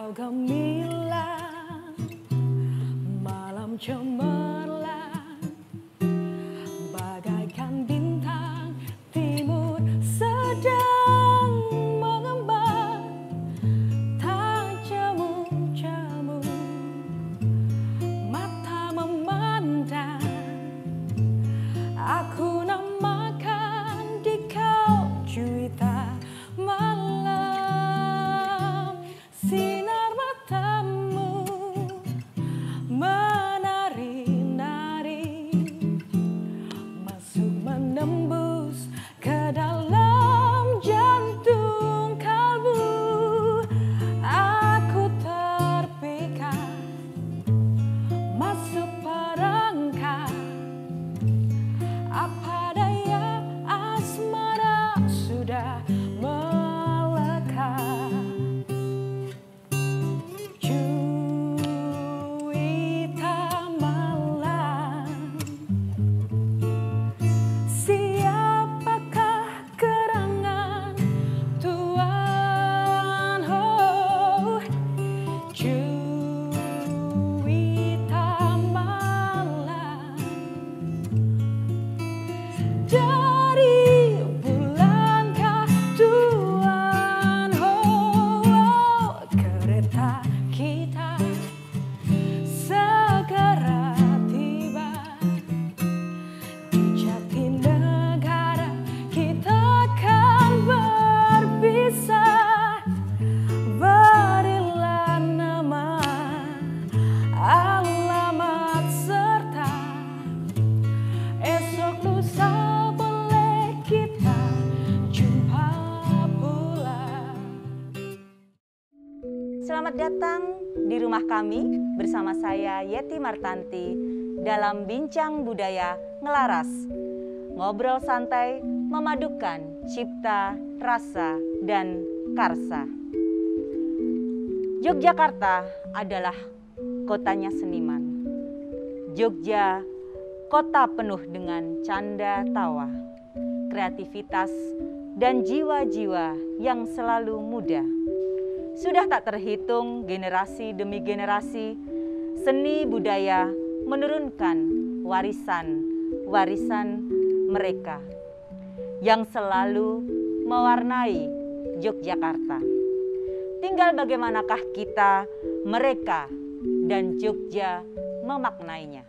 Kau gemilang, malam cemerlang, bagaikan bintang timur sedang mengembang, tak jemu-jemu mata memandang. Aku namakan di kau juwita malam, sinar matamu menari-nari, masuk menembus ke dalam jantung kalbu. Aku terpikat masuk perangkap, apa daya asmara sudah melekat. Juwita malam, siapakah gerangan Tuhan? Oh, juwita malam, dari bulankah Tuhan? Oh, kereta kita segera tiba di Jatinegara, kita akan berpisah. Berilah nama, alamat serta esok lusa boleh kita jumpa pula. Selamat datang di rumah kami bersama saya Yeti Martanti dalam Bincang Budaya Ngelaras. Ngobrol santai memadukan cipta, rasa, dan karsa. Yogyakarta adalah kotanya seniman. Jogja, kota penuh dengan canda tawa, kreativitas, dan jiwa-jiwa yang selalu muda. Sudah tak terhitung generasi demi generasi, seni budaya menurunkan warisan mereka yang selalu mewarnai Yogyakarta. Tinggal bagaimanakah kita, mereka, dan Jogja memaknainya.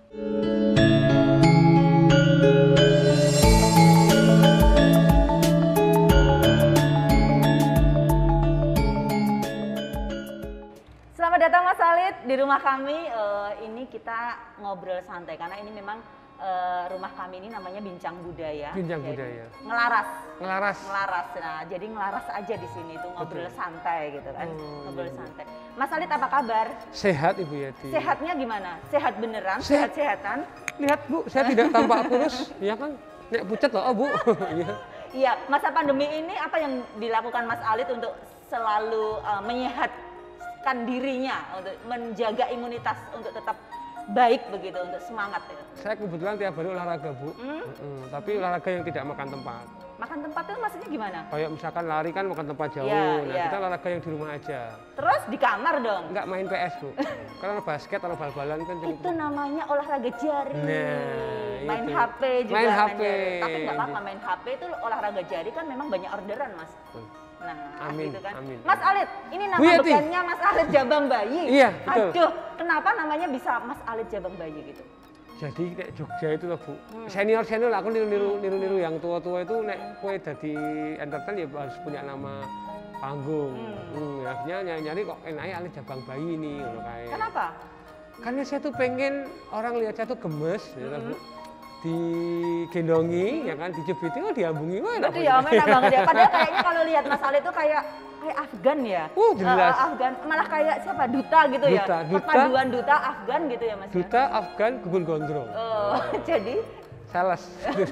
Selamat datang Mas Alit di rumah kami. Ini kita ngobrol santai karena ini memang rumah kami ini namanya Bincang Budaya. Bincang Jadi, Budaya. Ngelaras. Ngelaras. Ngelaras. Nah, jadi ngelaras aja di sini tuh ngobrol santai gitu kan. Ngobrol santai. Mas Alit apa kabar? Sehat Ibu Yeti. Sehatnya gimana? Sehat beneran? Sehat. Sehat-sehatan? Lihat Bu, saya tidak tampak kurus, ya kan? Nek pucat loh, oh, Bu. Iya. Iya, masa pandemi ini apa yang dilakukan Mas Alit untuk selalu menyehatkan dirinya, untuk menjaga imunitas untuk tetap baik begitu, untuk semangat gitu? Saya kebetulan tiap hari olahraga Bu, tapi olahraga yang tidak makan tempat. Makan tempat itu maksudnya gimana? Kayak misalkan lari kan makan tempat jauh, Iya, nah iya. kita olahraga yang di rumah aja. Terus di kamar dong? Enggak main PS Bu, karena basket atau bal-balan kan cukup. Itu namanya olahraga jari. Nah, main itu. HP juga. Main HP. jari. Tapi nggak apa-apa, main HP itu olahraga jari kan memang banyak orderan Mas. Nah, Amin, gitu kan. amin. Mas Alit, ini nama Bu Yeti. bekennya Mas Alit Jabang Bayi. Iya, betul. Aduh, kenapa namanya bisa Mas Alit Jabang Bayi gitu? Jadi nek Jogja itu loh Bu, senior lah aku niru yang tua-tua itu nek kue jadi entertain ya harus punya nama panggung. Akhirnya nyari kok enaknya Alit Jabang Bayi ini loh kayak. Kenapa? Karena saya tuh pengen orang lihat saya tuh gemes, ya kan, Bu. Digendongi, ya kan, dijubiti, oh diambungi, wah enak Betul ya, banget. enak banget ya. Padahal kayaknya kalau lihat Mas Alit itu kayak Afgan ya. Jelas. Afgan, malah kayak siapa? Duta gitu ya. Duta. Perpaduan duta Afgan gitu ya Mas. ya? Duta Afgan Gugun Gondrong. Oh, jadi Sales.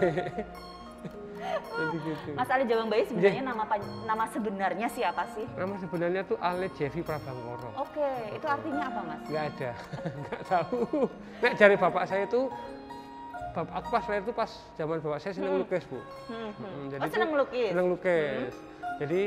Jadi gitu. Mas Alit Jabang Bayi sebenarnya nama sebenarnya siapa sih? Nama sebenarnya tuh Alit Jevi Prabangkoro. Oke, itu artinya apa Mas? Nggak ada, nggak tahu. Nek dari bapak saya itu, aku pas lahir itu pas zaman bapak saya seneng lukis Bu. Jadi Oh, seneng tuh melukis? Seneng lukis. Jadi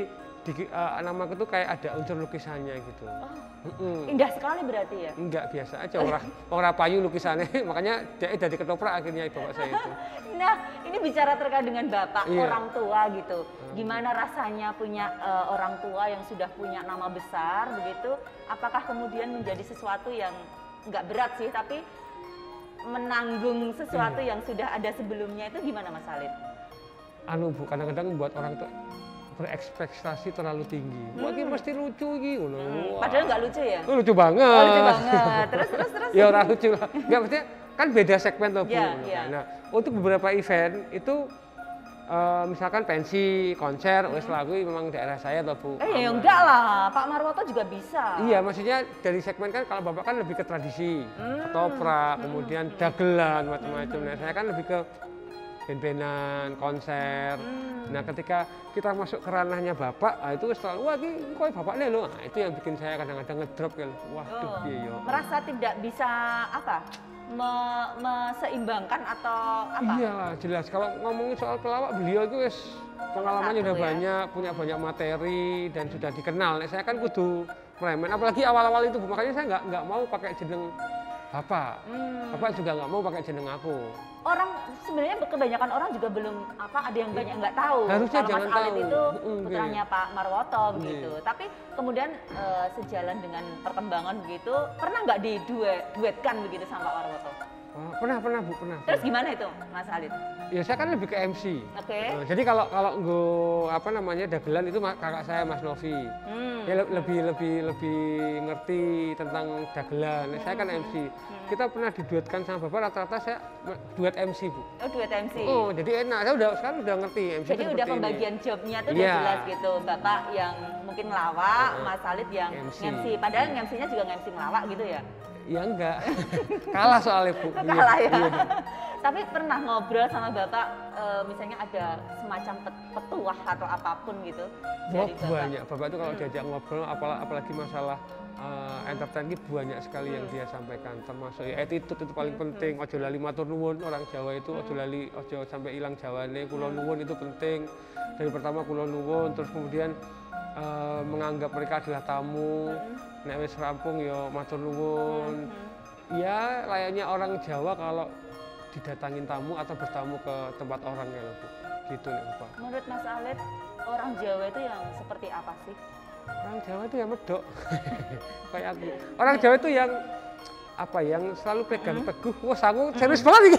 namaku tuh kayak ada unsur lukisannya gitu. Indah sekali berarti ya? Enggak, biasa aja, orang payu lukisannya, makanya dia jadi ketoprak akhirnya bapak saya itu. Nah, ini bicara terkait dengan bapak, Iya. orang tua gitu. Gimana rasanya punya orang tua yang sudah punya nama besar begitu? Apakah kemudian menjadi sesuatu yang nggak berat sih, tapi menanggung sesuatu yang sudah ada sebelumnya itu gimana Mas Khalid? Bu, kadang-kadang buat orang tuh berekspektasi terlalu tinggi. Wah, ini mesti lucu gitu loh. Padahal nggak lucu ya? Lucu banget. Oh, lucu banget. Terus. Ya orang lucu lah. Enggak, maksudnya kan beda segmen tuh Bu. Iya, iya. Nah, untuk beberapa event itu misalkan pensi, konser, wes lagu memang daerah saya tuh Bu. Ya enggak lah, Pak Marwoto juga bisa. Iya, maksudnya dari segmen kan kalau Bapak kan lebih ke tradisi, ketoprak, kemudian dagelan macam-macam. Nah, saya kan lebih ke band-bandan, konser. Nah, ketika kita masuk ke ranahnya Bapak, itu selalu wah ini kok bapaknya loh. Nah, itu yang bikin saya kadang-kadang ngedrop ya. Waduh, iya. Merasa tidak bisa apa? Meseimbangkan atau apa? Iya, jelas. Kalau ngomongin soal pelawak, beliau itu wes pengalamannya udah Satu ya. banyak, punya banyak materi dan sudah dikenal. Nah, saya kan kudu meremen, apalagi awal-awal itu, Bu. Makanya saya nggak mau pakai jeneng Bapak. Bapak juga nggak mau pakai jeneng aku. Orang sebenarnya kebanyakan orang juga belum ada yang banyak nggak tahu. Harusnya kalau jangan Mas Khalid tahu. itu putranya Pak Marwoto Iya. begitu. Tapi kemudian sejalan dengan perkembangan begitu, pernah nggak diduetkan begitu sama Pak Marwoto? Oh, pernah Bu, pernah. Terus gimana itu Mas Khalid? Ya saya kan lebih ke MC. Oke. Jadi kalau dagelan itu kakak saya Mas Novi. Dia lebih ngerti tentang dagelan. Saya kan MC. Kita pernah diduetkan sama Bapak, rata-rata saya duet MC Bu. Oh, duet MC. Oh, jadi enak. Saya sekarang udah ngerti MC. Jadi itu udah seperti pembagian ini. jobnya tuh Iya. udah jelas gitu. Bapak yang mungkin ngelawak, Mas Khalid yang MC. MC. Padahal MC-nya juga MC ngelawak gitu ya? Ya enggak. Kalah soalnya Bu. Kalah ya. Iya. Tapi pernah ngobrol sama Bapak, misalnya ada semacam petuah atau apapun gitu? Wah, dari Bapak? banyak. Bapak itu kalau diajak ngobrol, apalagi masalah entertain ini banyak sekali yang dia sampaikan. Termasuk ya attitude itu paling penting. Ojo lali matur nuwun, orang Jawa itu ojo sampai hilang Jawane. Kula nuwun itu penting. Dari pertama kula nuwun, terus kemudian menganggap mereka adalah tamu. Nek wis rampung ya matur nuwun. Ya layaknya orang Jawa kalau didatangin tamu atau bertamu ke tempat orang ya Bu. Gitu nih Bapak. Menurut Mas Khalid, orang Jawa itu yang seperti apa sih? Orang Jawa itu yang medok. Kayak aku. Orang Jawa itu yang apa yang selalu pegang teguh. Wah, aku serius banget iki.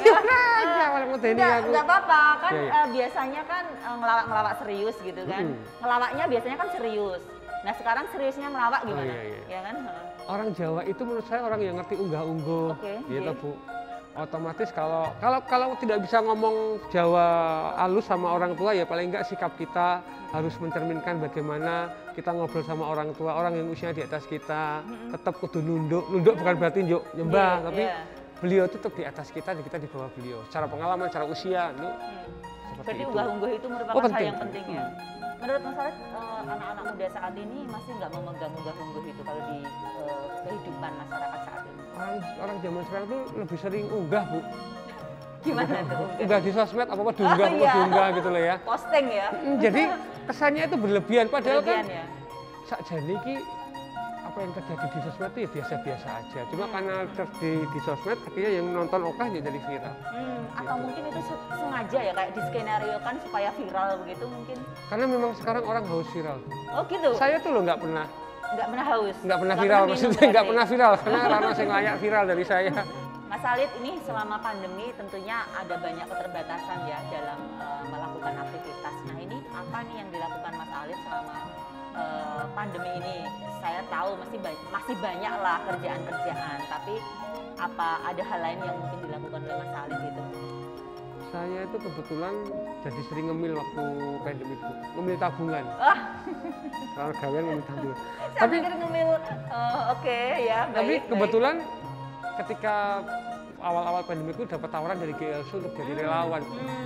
Enggak apa-apa, kan Ya, ya. biasanya kan ngelawak serius gitu kan. Ngelawaknya biasanya kan serius. Nah, sekarang seriusnya ngelawak gimana? iya. Ya kan? Orang Jawa itu menurut saya orang yang ngerti unggah-ungguh. Oke, Gitu, iya. Bu. Otomatis kalau tidak bisa ngomong Jawa halus sama orang tua ya paling enggak sikap kita harus mencerminkan bagaimana kita ngobrol sama orang tua, orang yang usianya di atas kita, tetap kudu nunduk. Nunduk bukan berarti nyembah, Iya, tapi iya. beliau tetap di atas kita dan kita di bawah beliau. Secara pengalaman, secara usia, itu seperti Berarti itu. unggah-ungguh itu merupakan Oh, hal penting. yang penting ya. Menurut Mas Khalid, anak-anak muda saat ini masih nggak memegang unggah-ungguh itu kalau di kehidupan masyarakat saat ini? Orang zaman sekarang tuh lebih sering unggah, Bu. Gimana tuh? Unggah di sosmed, apa diunggah, iya. diunggah gitu loh ya. Posting ya? Jadi kesannya itu berlebihan, padahal Berlebihan kan ya? sakjane iki apa yang terjadi di sosmed itu ya biasa-biasa aja. Cuma karena di sosmed akhirnya yang nonton okah jadi viral. Atau mungkin itu sengaja ya kayak diskenariokan supaya viral begitu mungkin? Karena memang sekarang orang haus viral. Oh gitu? Saya tuh loh nggak pernah Haus? viral, minum maksudnya nggak berarti? pernah viral karena Rano yang layak viral dari saya. Mas Khalid, ini selama pandemi tentunya ada banyak keterbatasan ya dalam melakukan aktivitas. Nah ini apa nih yang dilakukan Mas Khalid selama pandemi ini? Saya tahu masih banyak lah kerjaan-kerjaan, tapi apa ada hal lain yang mungkin dilakukan oleh Mas Khalid gitu? Saya itu kebetulan jadi sering ngemil waktu pandemi itu, ngemil tabungan. Kalau gawean ngemil tabungan. Saya pikir ngemil, oke ya baik. Tapi baik. kebetulan ketika awal-awal pandemi itu dapat tawaran dari GLSU untuk jadi relawan.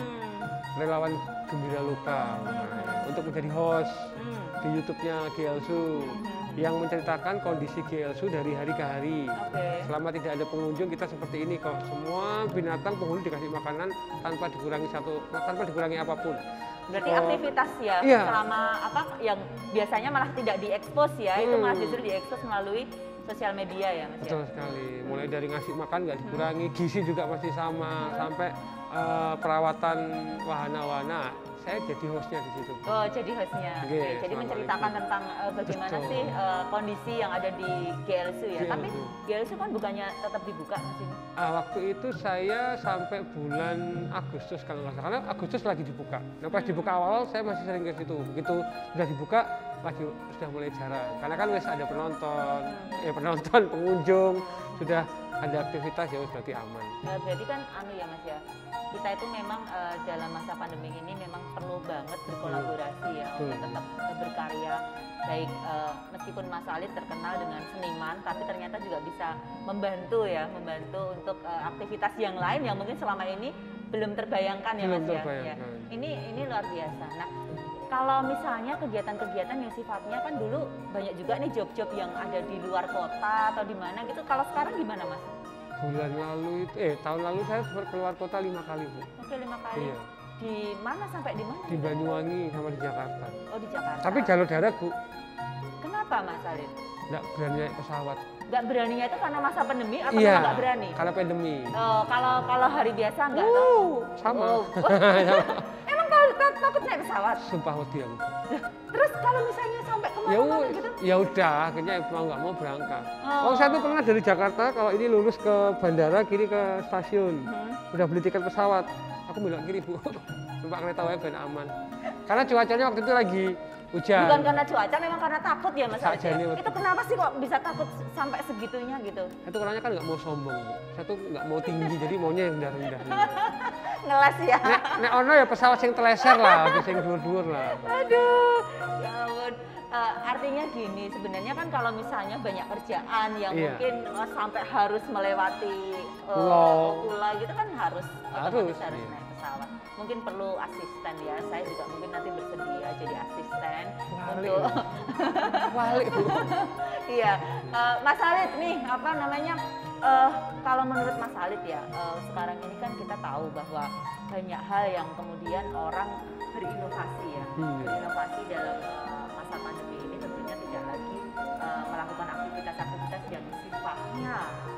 Relawan Gembira Luka. Untuk menjadi host di YouTube-nya GLSU yang menceritakan kondisi GLSU dari hari ke hari. Oke. Selama tidak ada pengunjung kita seperti ini kok. Semua binatang penghuni dikasih makanan tanpa dikurangi apapun. Berarti aktivitas ya Iya. selama apa yang biasanya malah tidak diekspos ya, itu malah justru diekspos melalui sosial media ya Mas ya. Betul sekali. Mulai dari ngasih makan nggak dikurangi, gizi juga masih sama, sampai perawatan wahana-wahana. Saya jadi hostnya di situ. Oh, jadi hostnya. Oke, Oke, jadi selama menceritakan itu. tentang bagaimana Betul. sih kondisi yang ada di GLSU ya. Tapi GLSU. GLSU kan bukannya tetap dibuka Mas ini? Waktu itu saya sampai bulan Agustus kalau nggak salah, karena Agustus lagi dibuka. Nah pas dibuka awal saya masih sering ke situ. Begitu sudah dibuka, sudah mulai jarang. Karena kan wes ada penonton, pengunjung, sudah ada aktivitas ya berarti aman. Berarti kan anu ya Mas ya, kita itu memang dalam masa pandemi ini memang perlu banget berkolaborasi ya untuk tetap berkarya. Baik meskipun Mas Alit terkenal dengan seniman, tapi ternyata juga bisa membantu untuk aktivitas yang lain yang mungkin selama ini belum terbayangkan ya Belum Mas ya. terbayangkan. Ini luar biasa. Nah, kalau misalnya kegiatan-kegiatan yang sifatnya kan dulu banyak juga nih job-job yang ada di luar kota atau di mana gitu. Kalau sekarang gimana Mas? Bulan lalu itu, tahun lalu saya keluar kota 5 kali Bu. Oke, 5 kali. Iya. Di mana sampai di mana? Di Banyuwangi sama di Jakarta. Oh, di Jakarta. Tapi jalur darat Bu, Kenapa Mas Alit? nggak berani naik pesawat. Nggak beraninya itu karena masa pandemi atau Iya, memang nggak berani? karena pandemi. Oh, kalau hari biasa nggak toh? Sama. Oh. Emang takut naik pesawat? Sumpah wedi aku. Terus kalau misalnya sampai Ya, kemana-mana gitu? ya udah, akhirnya mau nggak mau berangkat. Oh. Oh, saya tuh pernah dari Jakarta, kalau ini lurus ke bandara, kiri ke stasiun. Udah beli tiket pesawat, aku belok kiri Bu. Numpak kereta wae ben aman. Karena cuacanya waktu itu lagi hujan. Bukan karena cuaca, memang karena takut ya Mas Alit ya? Sakjane, Itu kenapa sih kok bisa takut sampai segitunya gitu? Itu orangnya kan nggak mau sombong Bu. Saya tuh nggak mau tinggi, jadi maunya yang rendah-rendah. Ngeles ya? Nek ono ya pesawat yang teleser lah, yang dhuwur-dhuwur lah. Aduh, ya ampun. Artinya gini, sebenarnya kan kalau misalnya banyak kerjaan yang Iya. mungkin sampai harus melewati Pulau. pulau gitu kan harus Harus, otomatis harus iya. naik pesawat. Mungkin perlu asisten ya, saya juga mungkin nanti bersedia jadi asisten Wali, untuk Walik Bu. iya. Mas Alit nih, apa namanya, kalau menurut Mas Alit ya, sekarang ini kan kita tahu bahwa banyak hal yang kemudian orang berinovasi ya, berinovasi dalam masa pandemi ini tentunya tidak lagi melakukan aktivitas-aktivitas yang sifatnya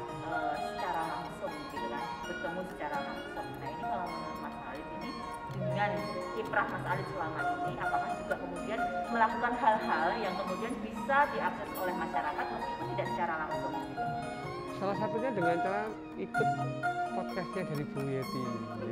secara langsung gitu kan, bertemu secara langsung. Nah ini kalau menurut Mas Alit ini dengan kiprah Mas Alit selama ini, apakah juga kemudian melakukan hal-hal yang kemudian bisa diakses oleh masyarakat meskipun tidak secara langsung gitu? Salah satunya dengan cara ikut podcastnya dari Bu Yeti.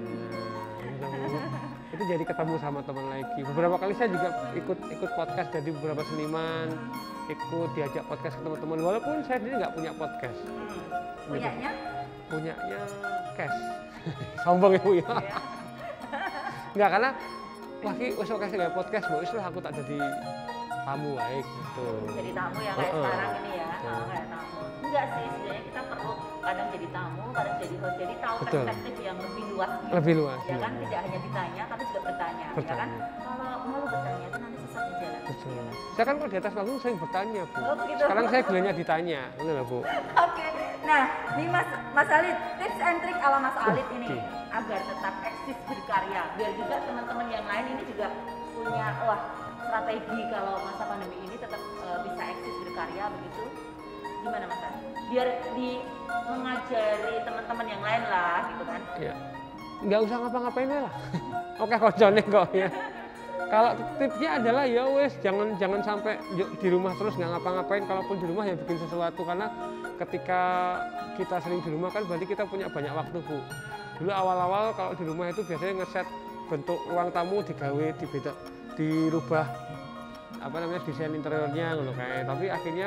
Itu jadi ketemu sama teman lagi. Beberapa kali saya juga ikut podcast dari beberapa seniman, ikut diajak podcast ke teman-teman. Walaupun saya sendiri nggak punya podcast. Punyanya? Punyanya cash. Sombong ya Bu ya. Ya. Enggak, karena wah ki wis oke saya podcast, Bu. Wis lah aku tak jadi tamu baik gitu. Jadi tamu yang kayak Heeh. sekarang ini ya, kayak tamu. Enggak sih, sebenarnya kita perlu kadang jadi tamu, kadang jadi host, jadi tahu Betul. perspektif yang lebih luas gitu. Lebih luas. Ya iya. kan, tidak hanya ditanya, tapi juga bertanya. Ya kan, Bertanya. kalau malu bertanya itu nanti sesat di jalan. Betul. Saya kan kalau di atas panggung sering bertanya, Bu. Oh, begitu. Sekarang saya gilanya ditanya, benar lah Bu. Oke, nah nih Mas Alit, tips and trick ala Mas Alit ini Oke. agar tetap eksis berkarya, biar juga teman-teman yang lain ini juga punya strategi kalau masa pandemi ini tetap bisa eksis berkarya begitu. Gimana Mas Alit? Biar mengajari teman-teman yang lain lah gitu kan. Iya. Nggak usah ngapa-ngapain lah. Oke kocone kok ya. Kalau tipsnya adalah ya wes jangan sampai di rumah terus nggak ngapa-ngapain. Kalaupun di rumah ya bikin sesuatu, karena ketika kita sering di rumah kan berarti kita punya banyak waktu Bu. Dulu awal-awal kalau di rumah itu biasanya ngeset bentuk ruang tamu digawe dirubah apa namanya desain interiornya ngono kayak. Tapi akhirnya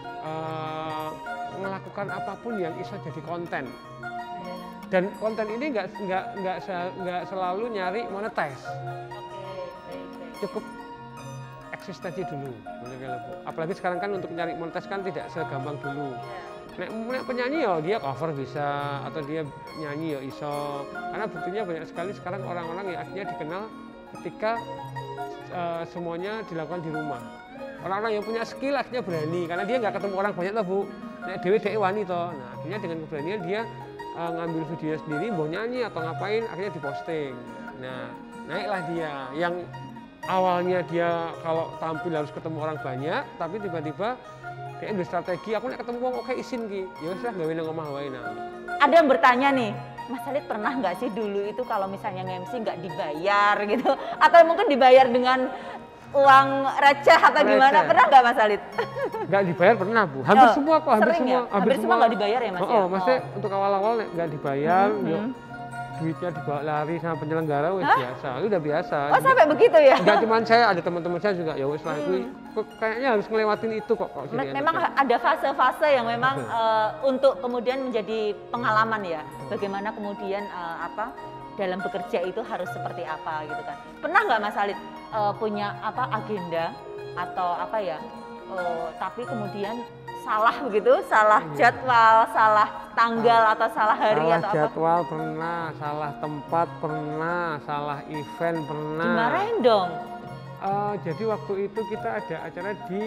melakukan apapun yang bisa jadi konten. Dan konten ini nggak selalu nyari monetize. Oke, baik. Cukup eksistensi dulu. Apalagi sekarang kan untuk nyari monetize kan tidak segampang dulu. Nek penyanyi ya dia cover bisa, atau dia nyanyi ya iso. Karena buktinya banyak sekali sekarang orang-orang yang akhirnya dikenal ketika semuanya dilakukan di rumah. Orang-orang yang punya skill akhirnya berani, karena dia nggak ketemu orang banyak lah Bu. Nek dewe wani toh. Nah akhirnya dengan keberanian dia ngambil video sendiri, mau nyanyi atau ngapain, akhirnya diposting. Nah naiklah dia. Yang awalnya dia kalau tampil harus ketemu orang banyak, tapi tiba-tiba dia udah strategi, aku nek ketemu wong oke isin ki. Ya wis lah gawe nang omah wae nang. Ada yang bertanya nih, Mas Alit pernah nggak sih dulu itu kalau misalnya nge-MC nggak dibayar gitu? Atau mungkin dibayar dengan uang receh atau gimana? Receh. Pernah nggak Mas Alit? Nggak dibayar pernah Bu, hampir Oh, semua kok, hampir sering semua. ya? Hampir semua nggak dibayar ya Mas ya? Oh, maksudnya untuk awal-awal nek nggak dibayar, yuk Hmm. duitnya dibawa lari sama penyelenggara wis biasa, itu udah biasa. Oh sampai begitu ya? Enggak cuma saya, ada teman-teman saya juga ya wis lah itu kayaknya harus ngelewatin itu kok sini. Memang ada fase-fase yang memang untuk kemudian menjadi pengalaman ya. Bagaimana kemudian apa dalam bekerja itu harus seperti apa gitu kan. Pernah nggak Mas Alit punya apa agenda atau apa ya? Tapi kemudian salah begitu, salah jadwal, salah tanggal atau salah hari Salah atau apa? jadwal pernah, salah tempat pernah, salah event pernah. Dimarahin dong. Jadi waktu itu kita ada acara di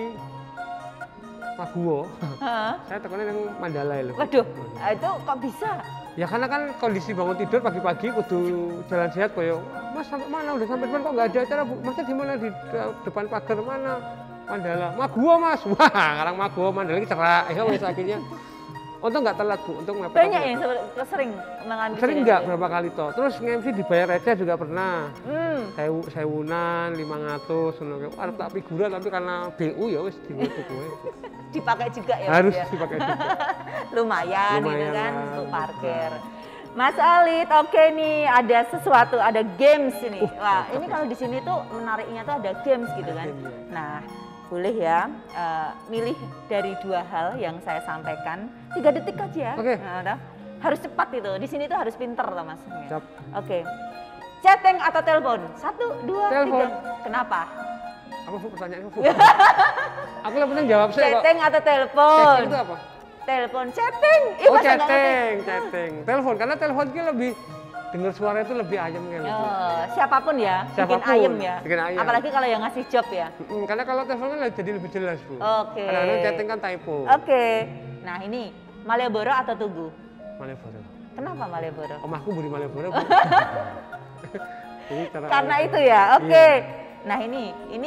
Maguwo. Hah? Saya tekannya yang Mandala itu. Waduh, itu kok bisa? Ya karena kan kondisi bangun tidur pagi-pagi kudu jalan sehat koyo. Mas sampai mana? Udah sampai depan kok nggak ada acara Bu? Masnya di mana? Di depan pagar mana? Mandala. Maguwo Mas. Wah, sekarang Maguwo Mandala ini cerak. Ya wes akhirnya. Untung nggak telat Bu, untung mepet. Banyak yang sering mengambil. Sering nggak berapa kali toh. Terus nge-MC dibayar receh juga pernah. Sewunan 500 ngono kae. Arep tak figuran tapi karena BU ya wis dibutuh kowe. Dipakai juga ya. Harus Mas, ya? dipakai juga. Lumayan gitu Lumayan kan lah. untuk parkir. Mas Alit, oke nih ada sesuatu, ada games ini. Wah, ini kalau di sini tuh menariknya tuh ada games gitu kan. Game, ya. Nah, boleh ya milih dari dua hal yang saya sampaikan. 3 detik aja. Oke. Nah, udah. Harus cepat itu. Di sini tuh harus pinter loh Mas. Siap. Oke. Chatting atau telepon? 1, 2, Telepon. 3. Kenapa? Apa Bu pertanyaannya Bu? Aku yang penting jawab saya kok. Chatting atau telepon? Chatting itu apa? Telepon, chatting. Ih, Oh masa nggak ngerti? chatting. Telepon karena telepon itu lebih dengar suara itu lebih ayam kan. Oh, siapapun ya, bikin Siapapun, ayem ya. bikin ayem. Apalagi kalau yang ngasih job ya. Karena kalau telepon kan jadi lebih jelas Bu. Oke. Kadang-kadang chatting kan typo. Oke. Nah ini Malioboro atau Tugu? Malioboro. Kenapa Malioboro? Omahku budi Malioboro Bu. Jadi cara Karena awalnya. itu ya. Oke. Iya. Nah ini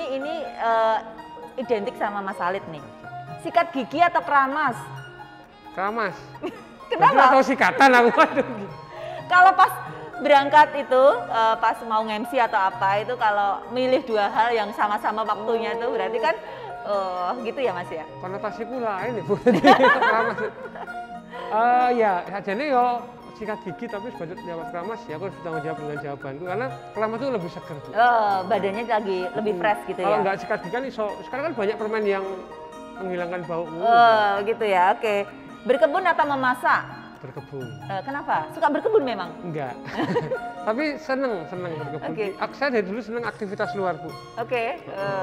identik sama Mas Alit nih. Sikat gigi atau keramas? Keramas. Kenapa? Atau sikatan aku aduh. Kalau pas berangkat itu pas mau nge-MC atau apa itu kalau milih dua hal yang sama-sama waktunya itu berarti kan gitu ya Mas ya? Konotasiku lain ya Bu. Keramas. Ya, sajane yo sikat gigi tapi sebagai jawab keramas ya aku harus bertanggung jawab dengan jawabanku karena keramas itu lebih seger Bu. Badannya lagi lebih fresh gitu Kalau ya? nggak sikat gigi kan iso, sekarang kan banyak permen yang menghilangkan bau. Gitu ya, oke. Berkebun atau memasak? Berkebun. Kenapa? Suka berkebun memang? Enggak. Tapi seneng berkebun. Oke. Saya dari dulu seneng aktivitas luar Bu. Oke.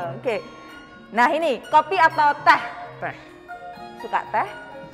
Nah ini, kopi atau teh? Teh. Suka teh?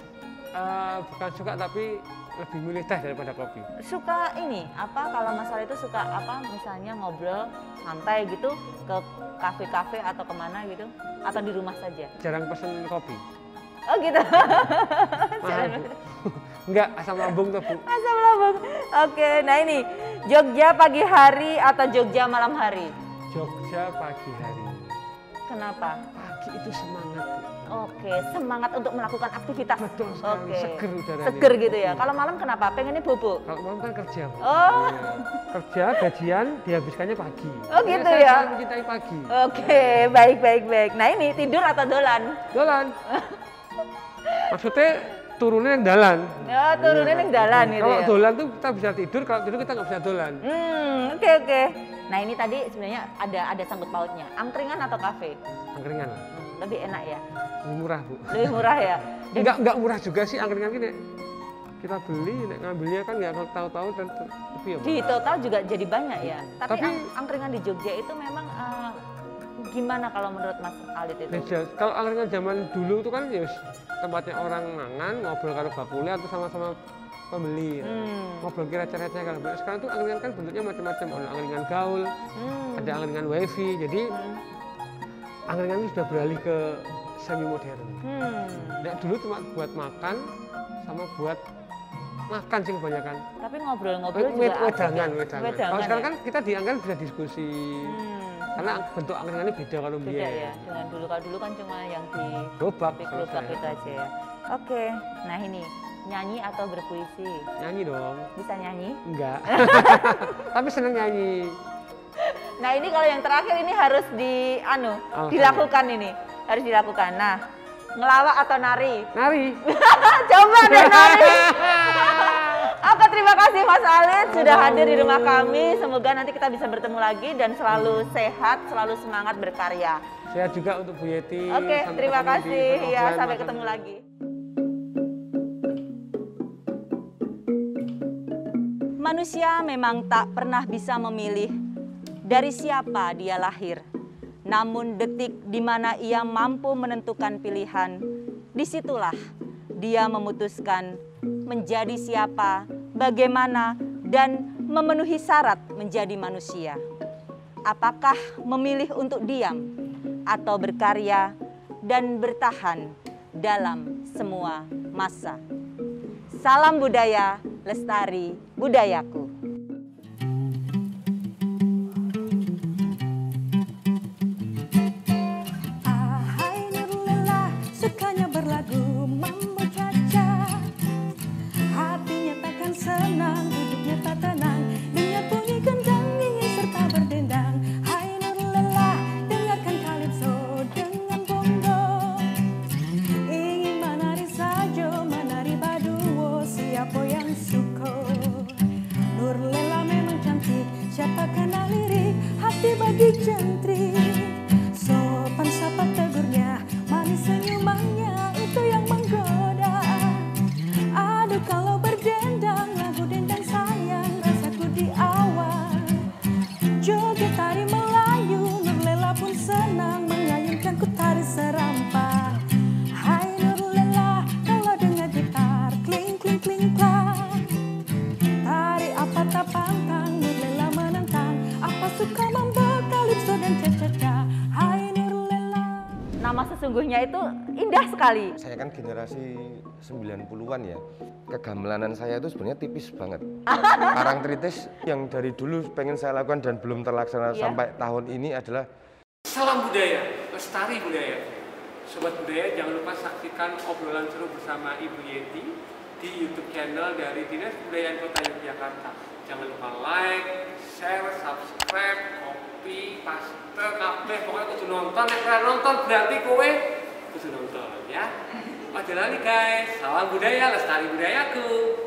Bukan suka tapi lebih milih teh daripada kopi. Suka ini, apa kalau Mas Alit itu suka apa misalnya ngobrol santai gitu ke kafe-kafe atau kemana gitu? Atau di rumah saja? Jarang pesen kopi. Oh gitu. Mahal Bu. Enggak, asam lambung tuh Bu. Asam lambung. Oke, nah ini Jogja pagi hari atau Jogja malam hari? Jogja pagi hari. Kenapa? Pagi itu semangat Bu. Oke, semangat untuk melakukan aktivitas. Betul sekali, seger udaranya. Seger gitu ya. Kalau malam kenapa? Pengennya bobo? Kalau malam kan kerja Bu. Oh, Ya, kerja, gajian, dihabiskannya pagi. Oh, Makanya gitu saya ya? sangat mencintai pagi. oke, baik. Nah ini tidur atau dolan? Dolan. Maksudnya turunnya yang dalan. Oh, turunnya yang dalan gitu Kalau ya? dolan tuh kita bisa tidur, kalau tidur kita nggak bisa dolan. Oke. Nah ini tadi sebenarnya ada sangkut pautnya. Angkringan atau kafe? Angkringan. Lebih enak ya? Lebih murah Bu. Lebih murah ya? Dan Enggak murah juga sih angkringan ini. Kita beli, nek ngambilnya kan nggak tahu-tahu dan tapi ya. di total juga jadi banyak ya? Tapi, Tapi- angkringan di Jogja itu memang gimana kalau menurut Mas Alit itu? Beda. Kalau angkringan zaman dulu itu kan ya wis tempatnya orang mangan, ngobrol karo bakule atau sama-sama pembeli. Ngobrol kira-kira kalau sekarang tuh angkringan kan bentuknya macam-macam. Ada angkringan gaul, ada angkringan wifi. Jadi angkringan itu sudah beralih ke semi modern. Nek dulu cuma buat makan sama buat makan sih kebanyakan. Tapi ngobrol-ngobrol juga asik Wedangan, ya? wedangan. Wedangan Kalau sekarang ya? kan kita diangkat bisa diskusi. Karena bentuk angkringannya beda kalau Beda biyen. ya dengan dulu. Kalau dulu kan cuma yang di Gerobak, gerobak selesai. itu aja ya. Oke, nah ini nyanyi atau berpuisi? Nyanyi dong. Bisa nyanyi? Enggak. Tapi seneng nyanyi. Nah ini kalau yang terakhir ini harus dilakukan ini, harus dilakukan. Nah, ngelawak atau nari? Nari. Coba deh nari. Oke, terima kasih Mas Alit sudah hadir di rumah kami. Semoga nanti kita bisa bertemu lagi dan selalu sehat, selalu semangat berkarya. Sehat juga untuk Bu Yeti. Oke, Sampai terima ketemu di kasih. Ya, offline, sampai Mas. ketemu lagi. Manusia memang tak pernah bisa memilih dari siapa dia lahir. Namun detik di mana ia mampu menentukan pilihan, disitulah dia memutuskan menjadi siapa, bagaimana, dan memenuhi syarat menjadi manusia. Apakah memilih untuk diam atau berkarya dan bertahan dalam semua masa? Salam budaya, lestari budayaku. Ahai Nurlela, sukanya berlagu mambo caca. Hatinya takkan senang, hidupnya tak tenang. Dengar bunyi gendang, ingin serta berdendang. Hai Nurlela, dengarkan kalipso dengan bongo. Ingin menari saja, menari baduo, siapa yang suka. Nurlela memang cantik, siapa kenal lirik, hati bagi jentrik. Sopan sapa tegurnya, manis senyumannya, itu yang menggoda. Aduh kalau berdendang, lagu dendang sayang, rasaku di awal. Joget tari Melayu, Nurlela pun senang, mengayunkan ku tari serampa. Hai Nurlela, kalau dengar gitar, kling kling kling klang. Tari apa tak pantang, Nurlela menentang. Apa suka mambo, kalipso dan cha-cha-cha. Hai Nurlela. Nama sesungguhnya itu indah sekali. Saya kan generasi 90-an ya. Kegamelanan saya itu sebenarnya tipis banget. Parangtritis yang dari dulu pengen saya lakukan dan belum terlaksana Iya. sampai tahun ini adalah Salam budaya, lestari budaya. Sobat budaya, jangan lupa saksikan obrolan seru bersama Ibu Yeti di YouTube channel dari Dinas Kebudayaan Kota Yogyakarta. Jangan lupa like, share, subscribe, copy, paste, kabeh pokoknya kudu nonton. Nek ora nonton berarti kowe kudu nonton ya. Ojo lali guys. Salam budaya, lestari budayaku.